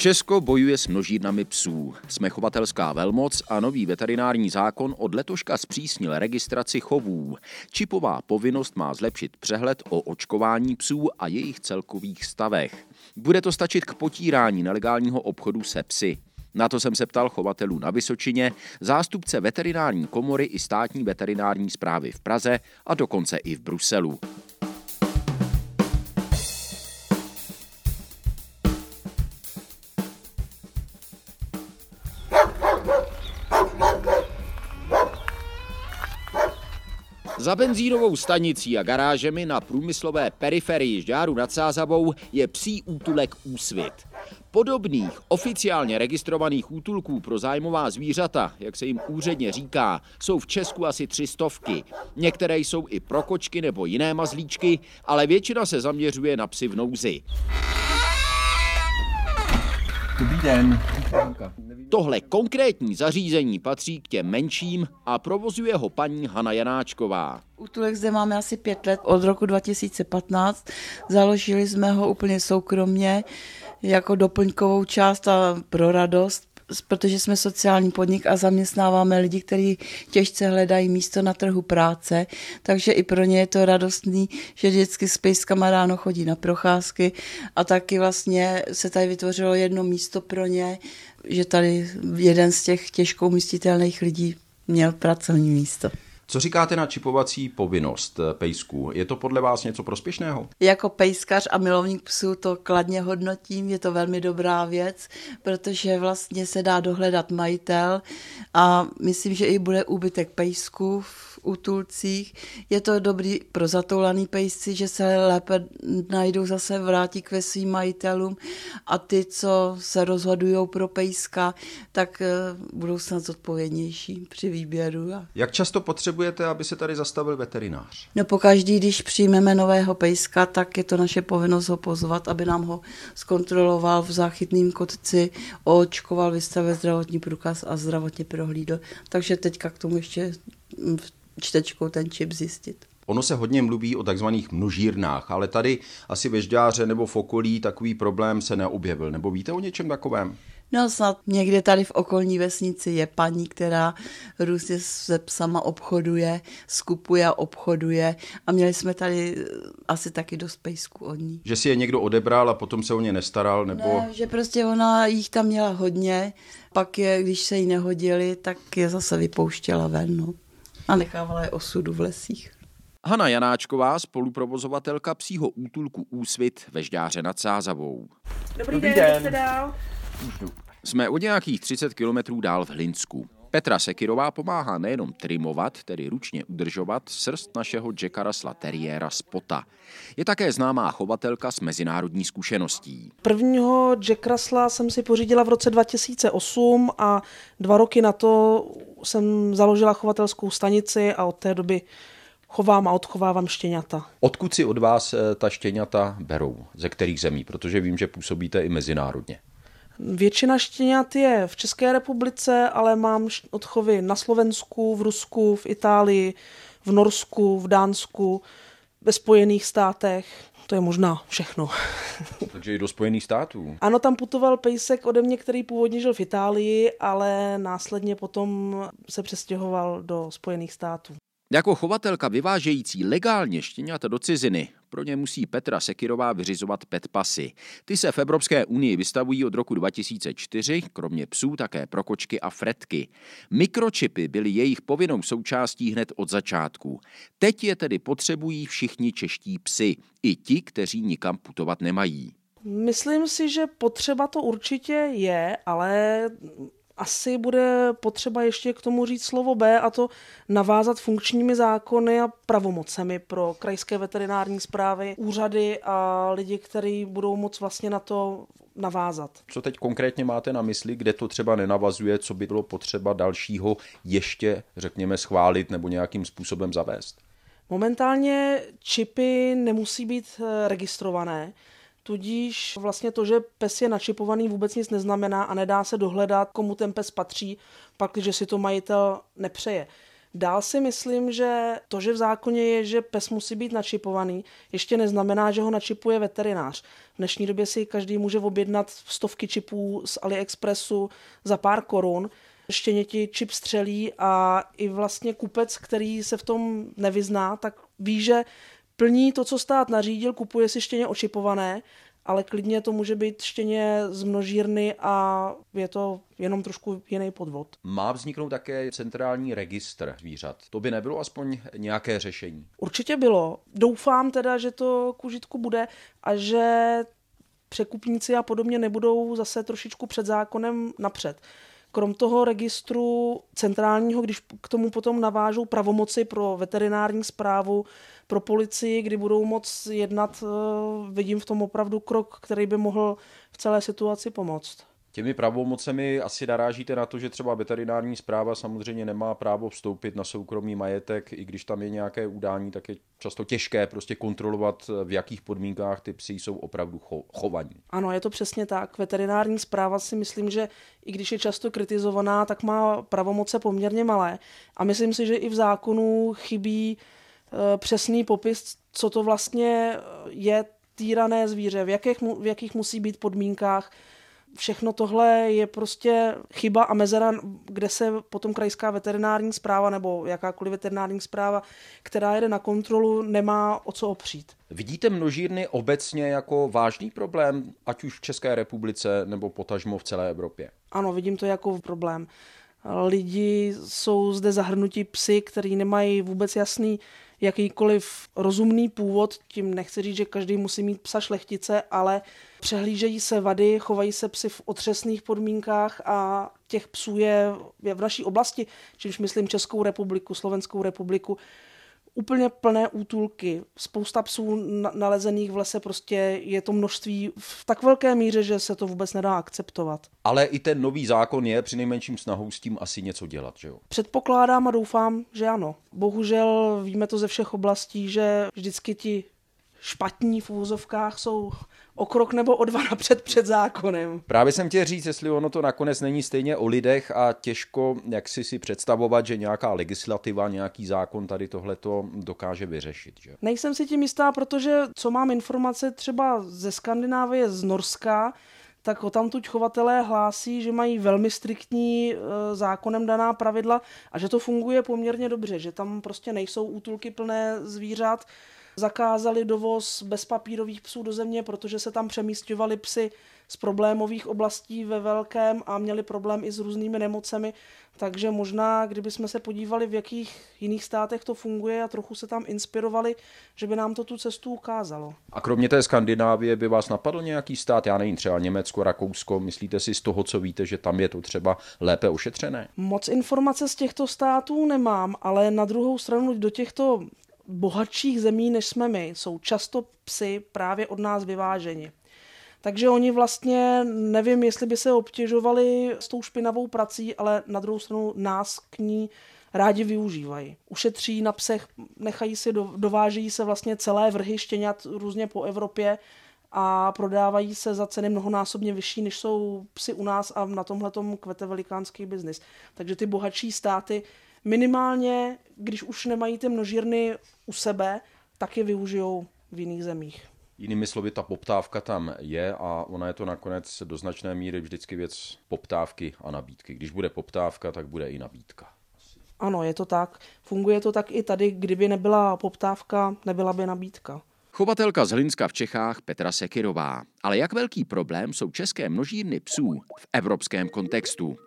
Česko bojuje s množírnami psů. Jsme chovatelská velmoc a nový veterinární zákon od letoška zpřísnil registraci chovů. Čipová povinnost má zlepšit přehled o očkování psů a jejich celkových stavech. Bude to stačit k potírání nelegálního obchodu se psy. Na to jsem se ptal chovatelů na Vysočině, zástupce veterinární komory i státní veterinární správy v Praze a dokonce i v Bruselu. Za benzínovou stanicí a garážemi na průmyslové periferii Žďáru nad Sázavou je psí útulek Úsvit. Podobných oficiálně registrovaných útulků pro zájmová zvířata, jak se jim úředně říká, jsou v Česku asi 300. Některé jsou i pro kočky nebo jiné mazlíčky, ale většina se zaměřuje na psy v nouzi. Dobrý den. Tohle konkrétní zařízení patří k těm menším a provozuje ho paní Hana Janáčková. Útulek zde máme asi 5 let, od roku 2015. Založili jsme ho úplně soukromně jako doplňkovou část a pro radost, protože jsme sociální podnik a zaměstnáváme lidi, kteří těžce hledají místo na trhu práce, takže i pro ně je to radostný, že vždycky s pejskama ráno chodí na procházky a taky vlastně se tady vytvořilo jedno místo pro ně, že tady jeden z těch těžko umístitelných lidí měl pracovní místo. Co říkáte na čipovací povinnost pejsků? Je to podle vás něco prospěšného? Jako pejskař a milovník psů to kladně hodnotím, je to velmi dobrá věc, protože vlastně se dá dohledat majitel a myslím, že i bude úbytek pejsků v útulcích. Je to dobrý pro zatoulaný pejsci, že se lépe najdou, zase vrátí k svým majitelům a ty, co se rozhodují pro pejska, tak budou snad zodpovědnější při výběru. Jak často potřebujete, aby se tady zastavil veterinář? No pokaždý, když přijmeme nového pejska, tak je to naše povinnost ho pozvat, aby nám ho zkontroloval v záchytném kotci, oočkoval, vystavil zdravotní průkaz a zdravotně prohlídl. Takže teďka k tomu ještě čtečkou ten čip zjistit. Ono se hodně mluví o takzvaných množírnách, ale tady asi ve Žďáře nebo v okolí takový problém se neobjevil. Nebo víte o něčem takovém? No snad někde tady v okolní vesnici je paní, která různě se psama obchoduje, skupuje a obchoduje a měli jsme tady asi taky dost pejsků od ní. Že si je někdo odebral a potom se o ně nestaral, nebo... Ne, že prostě ona jich tam měla hodně, pak je, když se jí nehodili, tak je zase vypouštěla ven, no. A nechávala je osudu v lesích. Hana Janáčková, spoluprovozovatelka psího útulku Úsvit ve Žďáře nad Sázavou. Dobrý den, jste dál? Jsme o nějakých 30 kilometrů dál v Hlinsku. Petra Sekirová pomáhá nejenom trimovat, tedy ručně udržovat, srst našeho Jacka Russella Terriéra Spota. Je také známá chovatelka s mezinárodní zkušeností. Prvního Jack Russella jsem si pořídila v roce 2008 a 2 roky na to jsem založila chovatelskou stanici a od té doby chovám a odchovávám štěňata. Odkud si od vás ta štěňata berou? Ze kterých zemí? Protože vím, že působíte i mezinárodně. Většina štěňat je v České republice, ale mám odchovy na Slovensku, v Rusku, v Itálii, v Norsku, v Dánsku, ve Spojených státech. To je možná všechno. Takže i do Spojených států. Ano, tam putoval pejsek ode mě, který původně žil v Itálii, ale následně potom se přestěhoval do Spojených států. Jako chovatelka vyvážející legálně štěňata do ciziny pro ně musí Petra Sekirová vyřizovat pet pasy. Ty se v Evropské unii vystavují od roku 2004, kromě psů také pro kočky a fretky. Mikročipy byly jejich povinnou součástí hned od začátku. Teď je tedy potřebují všichni čeští psi, i ti, kteří nikam putovat nemají. Myslím si, že potřeba to určitě je, ale asi bude potřeba ještě k tomu říct slovo B, a to navázat funkčními zákony a pravomocemi pro krajské veterinární správy, úřady a lidi, kteří budou moct vlastně na to navázat. Co teď konkrétně máte na mysli, kde to třeba nenavazuje, co by bylo potřeba dalšího ještě, řekněme, schválit nebo nějakým způsobem zavést? Momentálně čipy nemusí být registrované, tudíž vlastně to, že pes je načipovaný, vůbec nic neznamená a nedá se dohledat, komu ten pes patří, pak, když si to majitel nepřeje. Dál si myslím, že to, že v zákoně je, že pes musí být načipovaný, ještě neznamená, že ho načipuje veterinář. V dnešní době si každý může objednat stovky čipů z AliExpressu za pár korun. Štěně ti čip střelí a i vlastně kupec, který se v tom nevyzná, tak ví, že plní to, co stát nařídil, kupuje si štěně očipované, ale klidně to může být štěně z množírny a je to jenom trošku jiný podvod. Má vzniknout také centrální registr zvířat. To by nebylo aspoň nějaké řešení? Určitě bylo. Doufám teda, že to k užitku bude a že překupníci a podobně nebudou zase trošičku před zákonem napřed. Krom toho registru centrálního, když k tomu potom navážou pravomoci pro veterinární správu, pro policii, kdy budou moc jednat, vidím v tom opravdu krok, který by mohl v celé situaci pomoct. Těmi pravomocemi asi narážíte na to, že třeba veterinární správa samozřejmě nemá právo vstoupit na soukromý majetek, i když tam je nějaké udání, tak je často těžké prostě kontrolovat, v jakých podmínkách ty psi jsou opravdu chovaní. Ano, je to přesně tak. Veterinární správa si myslím, že i když je často kritizovaná, tak má pravomoce poměrně malé. A myslím si, že i v zákonu chybí přesný popis, co to vlastně je týrané zvíře, v jakých musí být podmínkách. Všechno tohle je prostě chyba a mezera, kde se potom krajská veterinární správa nebo jakákoliv veterinární správa, která jede na kontrolu, nemá o co opřít. Vidíte množírny obecně jako vážný problém, ať už v České republice nebo potažmo v celé Evropě? Ano, vidím to jako problém. Lidi jsou zde zahrnuti psy, který nemají vůbec jasný jakýkoliv rozumný původ, tím nechci říct, že každý musí mít psa šlechtice, ale přehlížejí se vady, chovají se psy v otřesných podmínkách a těch psů je v naší oblasti, čímž myslím Českou republiku, Slovenskou republiku, úplně plné útulky. Spousta psů nalezených v lese, prostě je to množství v tak velké míře, že se to vůbec nedá akceptovat. Ale i ten nový zákon je přinejmenším snahou s tím asi něco dělat, že jo? Předpokládám a doufám, že ano. Bohužel víme to ze všech oblastí, že vždycky ti špatní v úvozovkách jsou o krok nebo o dva napřed před zákonem. Právě jsem chtěl říct, jestli ono to nakonec není stejně o lidech a těžko jak si představovat, že nějaká legislativa, nějaký zákon tady tohleto dokáže vyřešit. Že? Nejsem si tím jistá, protože co mám informace třeba ze Skandinávie, z Norska, tak odtamtud chovatelé hlásí, že mají velmi striktní zákonem daná pravidla a že to funguje poměrně dobře, že tam prostě nejsou útulky plné zvířat. Zakázali dovoz bezpapírových psů do země, protože se tam přemísťovali psy z problémových oblastí ve velkém a měli problém i s různými nemocemi. Takže možná, kdybychom se podívali, v jakých jiných státech to funguje a trochu se tam inspirovali, že by nám to tu cestu ukázalo. A kromě té Skandinávie by vás napadl nějaký stát, já nevím, třeba Německo, Rakousko, myslíte si z toho, co víte, že tam je to třeba lépe ošetřené? Moc informace z těchto států nemám, ale na druhou stranu do těchto bohatších zemí, než jsme my, jsou často psy právě od nás vyváženi. Takže oni vlastně, nevím, jestli by se obtěžovali s tou špinavou prací, ale na druhou stranu nás k ní rádi využívají. Ušetří na psech, nechají si, dovážejí se vlastně celé vrhy štěňat různě po Evropě a prodávají se za ceny mnohonásobně vyšší, než jsou psy u nás a na tomhletom kvete velikánský biznis. Takže ty bohatší státy minimálně, když už nemají ty množírny u sebe, tak je využijou v jiných zemích. Jinými slovy, ta poptávka tam je a ona je to nakonec do značné míry vždycky věc poptávky a nabídky. Když bude poptávka, tak bude i nabídka. Ano, je to tak. Funguje to tak i tady, kdyby nebyla poptávka, nebyla by nabídka. Chovatelka z Hlinska v Čechách Petra Sekyrová. Ale jak velký problém jsou české množírny psů v evropském kontextu?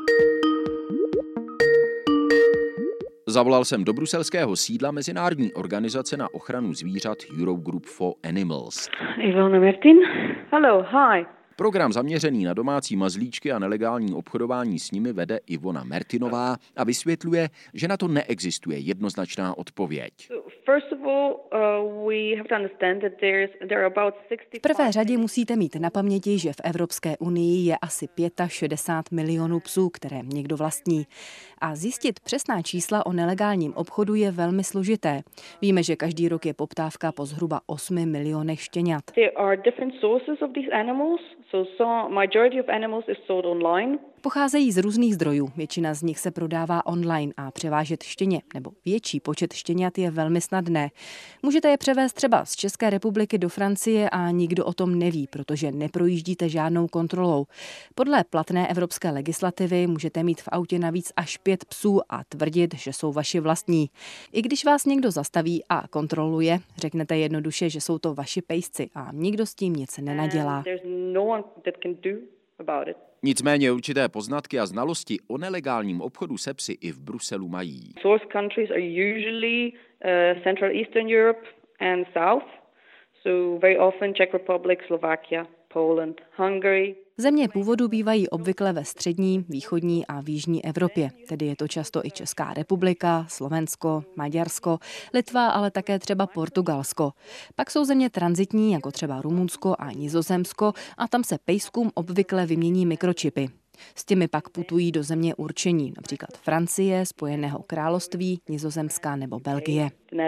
Zavolal jsem do bruselského sídla Mezinárodní organizace na ochranu zvířat Eurogroup for Animals. Ivona Mertin. Hello, hi. Program zaměřený na domácí mazlíčky a nelegální obchodování s nimi vede Ivona Mertinová a vysvětluje, že na to neexistuje jednoznačná odpověď. V prvé řadě musíte mít na paměti, že v Evropské unii je asi 65 milionů psů, které někdo vlastní. A zjistit přesná čísla o nelegálním obchodu je velmi složité. Víme, že každý rok je poptávka po zhruba 8 milionech štěňat. Pocházejí z různých zdrojů, většina z nich se prodává online a převážet štěně nebo větší počet štěňat je velmi snadné. Můžete je převést třeba z České republiky do Francie a nikdo o tom neví, protože neprojíždíte žádnou kontrolou. Podle platné evropské legislativy můžete mít v autě navíc až 5 psů a tvrdit, že jsou vaši vlastní. I když vás někdo zastaví a kontroluje, řeknete jednoduše, že jsou to vaši pejsci a nikdo s tím nic nenadělá. Nicméně určité poznatky a znalosti o nelegálním obchodu se psy i v Bruselu mají. Source countries are usually Central Eastern Europe and South, so very often Czech Republic, Slovakia, Poland, Hungary. Země původu bývají obvykle ve střední, východní a v jižní Evropě, tedy je to často i Česká republika, Slovensko, Maďarsko, Litva, ale také třeba Portugalsko. Pak jsou země tranzitní, jako třeba Rumunsko a Nizozemsko, a tam se pejskům obvykle vymění mikročipy. S těmi pak putují do země určení, například Francie, Spojeného království, Nizozemska nebo Belgie.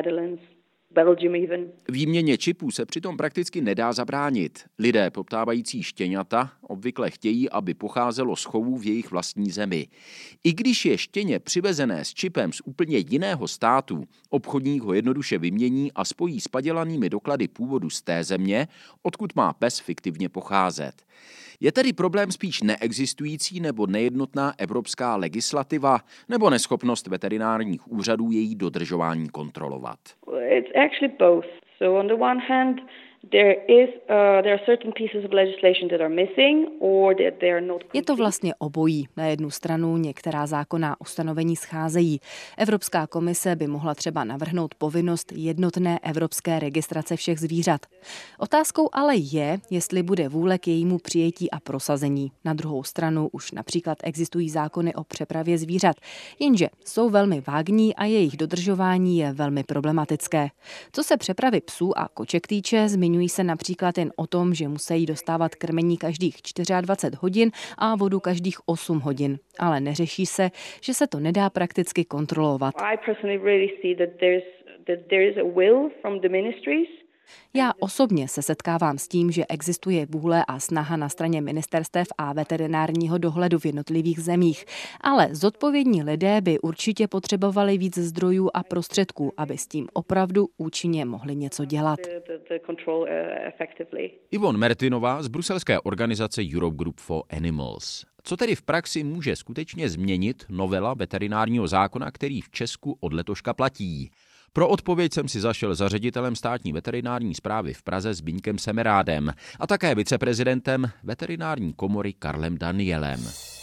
Výměně čipů se přitom prakticky nedá zabránit. Lidé poptávající štěňata obvykle chtějí, aby pocházelo z chovů v jejich vlastní zemi. I když je štěně přivezené s čipem z úplně jiného státu, obchodník ho jednoduše vymění a spojí s padělanými doklady původu z té země, odkud má pes fiktivně pocházet. Je tedy problém spíš neexistující nebo nejednotná evropská legislativa nebo neschopnost veterinárních úřadů její dodržování kontrolovat? It's actually both. So on the one hand, there are certain pieces of legislation that are missing or that they are not complete. Je to vlastně obojí. Na jednu stranu některá zákonná ustanovení scházejí. Evropská komise by mohla třeba navrhnout povinnost jednotné evropské registrace všech zvířat. Otázkou ale je, jestli bude vůle k jejímu přijetí a prosazení. Na druhou stranu už například existují zákony o přepravě zvířat, jenže jsou velmi vágní a jejich dodržování je velmi problematické. Co se přepravy psů a koček týče, zmiňují se například jen o tom, že musí dostávat krmení každých 24 hodin a vodu každých 8 hodin. Ale neřeší se, že se to nedá prakticky kontrolovat. Já osobně se setkávám s tím, že existuje vůle a snaha na straně ministerstev a veterinárního dohledu v jednotlivých zemích, ale zodpovědní lidé by určitě potřebovali víc zdrojů a prostředků, aby s tím opravdu účinně mohli něco dělat. Yvonne Mertinová z bruselské organizace Europe Group for Animals. Co tedy v praxi může skutečně změnit novela veterinárního zákona, který v Česku od letoška platí? Pro odpověď jsem si zašel za ředitelem státní veterinární správy v Praze Zbyňkem Semerádem a také viceprezidentem veterinární komory Karlem Danielem.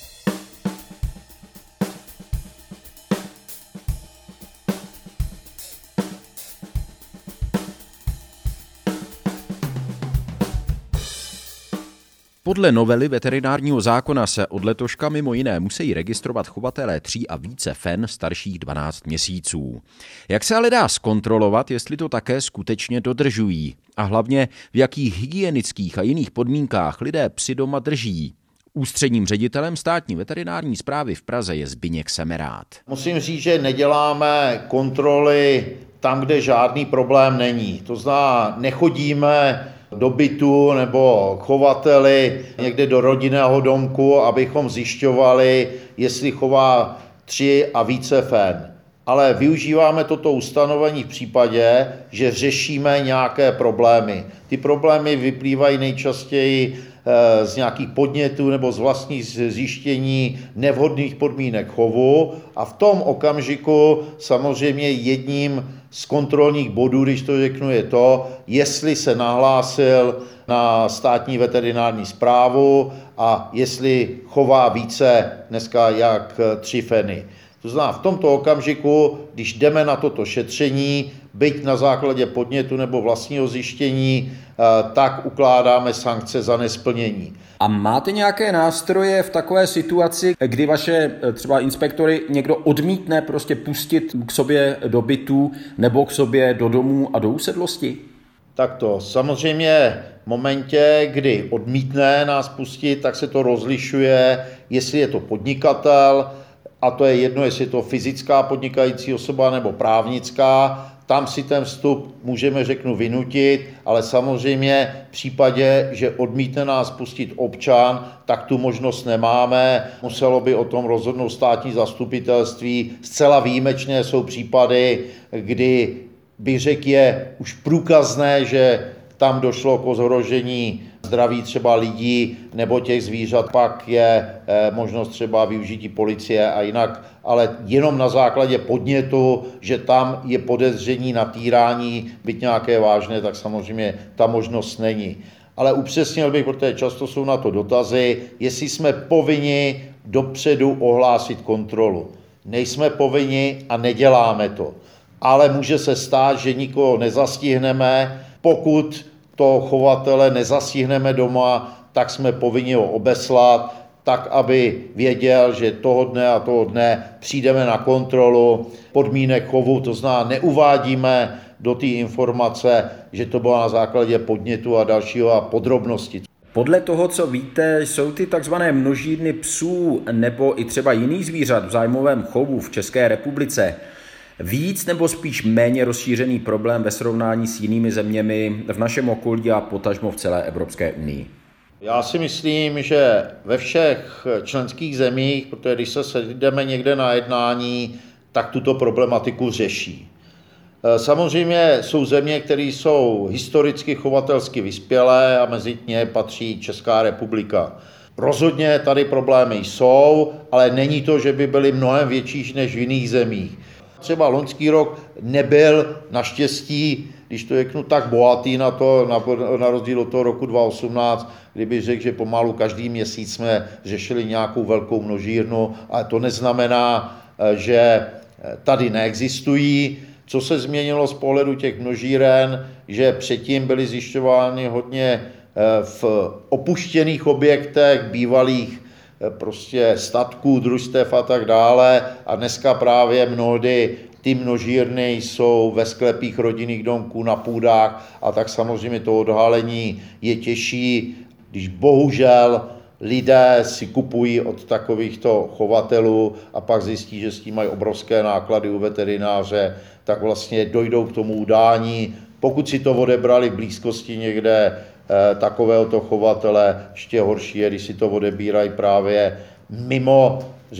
Podle novely veterinárního zákona se od letoška mimo jiné musí registrovat chovatelé 3 a více fen starších 12 měsíců. Jak se ale dá zkontrolovat, jestli to také skutečně dodržují? A hlavně, v jakých hygienických a jiných podmínkách lidé psy doma drží? Ústředním ředitelem státní veterinární správy v Praze je Zbyněk Semerád. Musím říct, že neděláme kontroly tam, kde žádný problém není. To znamená, nechodíme do bytu nebo chovateli někde do rodinného domku, abychom zjišťovali, jestli chová 3 a více fen. Ale využíváme toto ustanovení v případě, že řešíme nějaké problémy. Ty problémy vyplývají nejčastěji z nějakých podnětů nebo z vlastních zjištění nevhodných podmínek chovu a v tom okamžiku samozřejmě jedním z kontrolních bodů, když to řeknu, je to, jestli se nahlásil na státní veterinární správu a jestli chová více dneska jak 3 feny. To znamená, v tomto okamžiku, když jdeme na toto šetření, byť na základě podnětu nebo vlastního zjištění, tak ukládáme sankce za nesplnění. A máte nějaké nástroje v takové situaci, kdy vaše třeba inspektory někdo odmítne prostě pustit k sobě do bytu nebo k sobě do domů a do usedlosti? Tak to samozřejmě v momentě, kdy odmítne nás pustit, tak se to rozlišuje, jestli je to podnikatel, a to je jedno, jestli je to fyzická podnikající osoba nebo právnická, tam si ten vstup můžeme, vynutit, ale samozřejmě v případě, že odmítne nás pustit občan, tak tu možnost nemáme. Muselo by o tom rozhodnout státní zastupitelství. Zcela výjimečné jsou případy, kdy by řekl je už průkazné, že tam došlo k ohrožení zdraví třeba lidí nebo těch zvířat, pak je možnost třeba využití policie a jinak, ale jenom na základě podnětu, že tam je podezření na týrání, byť nějaké vážné, tak samozřejmě ta možnost není. Ale upřesnil bych, protože často jsou na to dotazy, jestli jsme povinni dopředu ohlásit kontrolu. Nejsme povinni a neděláme to. Ale může se stát, že nikoho nezastihneme, pokud toho chovatele nezastihneme doma, tak jsme povinni ho obeslat, tak aby věděl, že toho dne a toho dne přijdeme na kontrolu podmínek chovu, to znamená neuvádíme do té informace, že to bylo na základě podnětu a dalšího a podrobnosti. Podle toho, co víte, jsou ty takzvané množírny psů nebo i třeba jiných zvířat v zájmovém chovu v České republice víc nebo spíš méně rozšířený problém ve srovnání s jinými zeměmi v našem okolí a potažmo v celé Evropské unii? Já si myslím, že ve všech členských zemích, protože když se sejdeme někde na jednání, tak tuto problematiku řeší. Samozřejmě jsou země, které jsou historicky chovatelsky vyspělé a mezi ně patří Česká republika. Rozhodně tady problémy jsou, ale není to, že by byly mnohem větší než v jiných zemích. Třeba loňský rok nebyl naštěstí, když to řeknu, tak bohatý na rozdíl od toho roku 2018, kdyby řekl, že pomalu každý měsíc jsme řešili nějakou velkou množírnu, ale to neznamená, že tady neexistují. Co se změnilo z pohledu těch množíren, že předtím byly zjišťovány hodně v opuštěných objektech, bývalých prostě statků, družstev a tak dále. A dneska právě mnohdy ty množírny jsou ve sklepích rodinných domků, na půdách a tak samozřejmě to odhalení je těžší, když bohužel lidé si kupují od takovýchto chovatelů a pak zjistí, že s tím mají obrovské náklady u veterináře, tak vlastně dojdou k tomu udání. Pokud si to odebrali v blízkosti někde takovéhoto chovatele, ještě horší je, když si to odebírají právě mimo,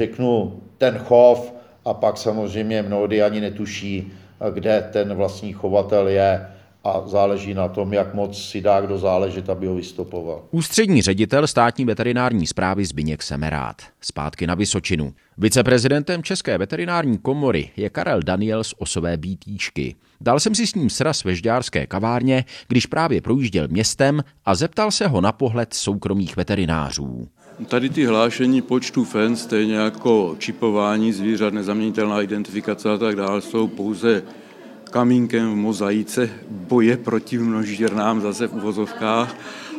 ten chov a pak samozřejmě mnohdy ani netuší, kde ten vlastní chovatel je a záleží na tom, jak moc si dá kdo záležet, aby ho vystopoval. Ústřední ředitel státní veterinární správy Zbyněk Semerád. Zpátky na Vysočinu. Viceprezidentem České veterinární komory je Karel Daniel z Osové Bítýšky. Dal jsem si s ním sraz ve žďárské kavárně, když právě projížděl městem a zeptal se ho na pohled soukromých veterinářů. Tady ty hlášení počtu fen, stejně jako čipování zvířat, nezaměnitelná identifikace a tak dále, jsou pouze kamínkem v mozaice boje proti množírnám zase v uvozovkách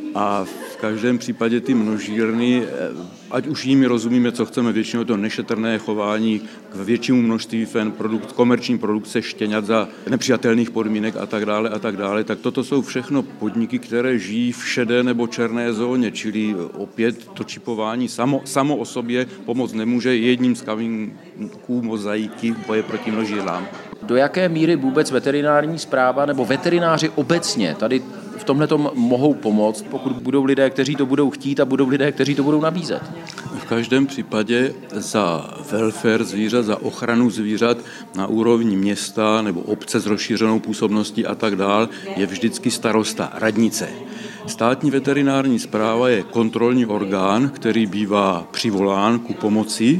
a v každém případě ty množírny, ať už jimi rozumíme, co chceme, většinou to nešetrné chování k většímu množství fen, komerční produkce štěňat za nepřijatelných podmínek a tak dále, tak toto jsou všechno podniky, které žijí v šedé nebo černé zóně, čili opět to čipování samo o sobě pomoct nemůže, jedním z kamínků mozaiky boje proti množírnám. Do jaké míry vůbec veterinární správa nebo veterináři obecně tady v tomhletom mohou pomoct, pokud budou lidé, kteří to budou chtít a budou lidé, kteří to budou nabízet? V každém případě za welfare zvířat, za ochranu zvířat na úrovni města nebo obce s rozšířenou působností a tak dál je vždycky starosta, radnice. Státní veterinární správa je kontrolní orgán, který bývá přivolán ku pomoci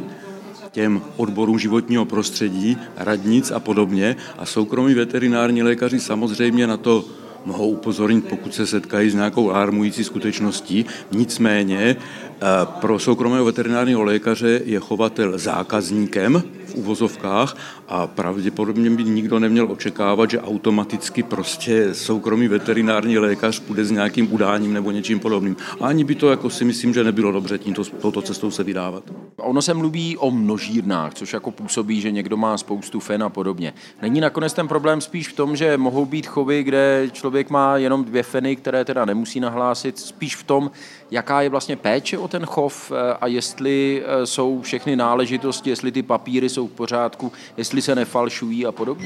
těm odborům životního prostředí, radnic a podobně. A soukromí veterinární lékaři samozřejmě na to mohou upozornit, pokud se setkají s nějakou alarmující skutečností. Nicméně pro soukromého veterinárního lékaře je chovatel zákazníkem v uvozovkách a pravděpodobně by nikdo neměl očekávat, že automaticky prostě soukromý veterinární lékař půjde s nějakým udáním nebo něčím podobným. A ani by to, jako si myslím, že nebylo dobře touto cestou se vydávat. Ono se mluví o množírnách, což jako působí, že někdo má spoustu fen a podobně. Není nakonec ten problém spíš v tom, že mohou být chovy, kde člověk má jenom 2 feny, které teda nemusí nahlásit, spíš v tom, jaká je vlastně péče o ten chov a jestli jsou všechny náležitosti, jestli ty papíry jsou v pořádku, jestli se nefalšují a podobně?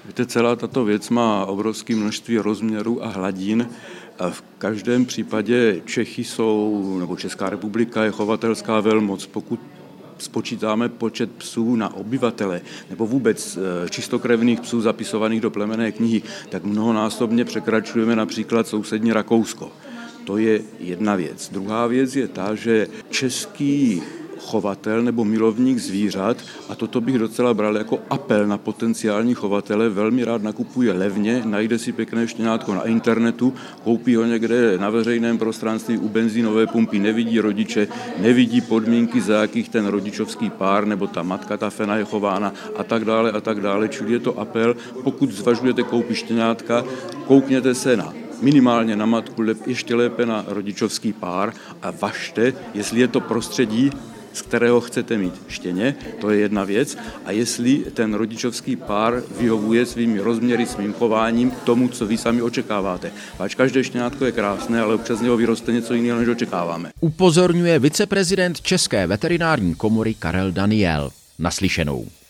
Víte, celá tato věc má obrovské množství rozměrů a hladin. A v každém případě Čechy jsou, nebo Česká republika je chovatelská velmoc. Pokud spočítáme počet psů na obyvatele nebo vůbec čistokrevných psů zapisovaných do plemenné knihy, tak mnohonásobně překračujeme například sousední Rakousko. To je jedna věc. Druhá věc je ta, že český chovatel nebo milovník zvířat, a toto bych docela bral jako apel na potenciální chovatele, velmi rád nakupuje levně, najde si pěkné štěňátko na internetu, koupí ho někde na veřejném prostranství u benzínové pumpy, nevidí rodiče, nevidí podmínky, za jakých ten rodičovský pár nebo ta matka, ta fena je chována a tak dále. Čili je to apel, pokud zvažujete koupit štěňátka, koukněte se minimálně na matku, ještě lépe na rodičovský pár a važte, jestli je to prostředí, z kterého chcete mít štěně, to je jedna věc, a jestli ten rodičovský pár vyhovuje svými rozměry, svým chováním tomu, co vy sami očekáváte. Pač každé štěňátko je krásné, ale občas z něho vyroste něco jiného, než očekáváme. Upozorňuje viceprezident České veterinární komory Karel Daniel. Naslyšenou.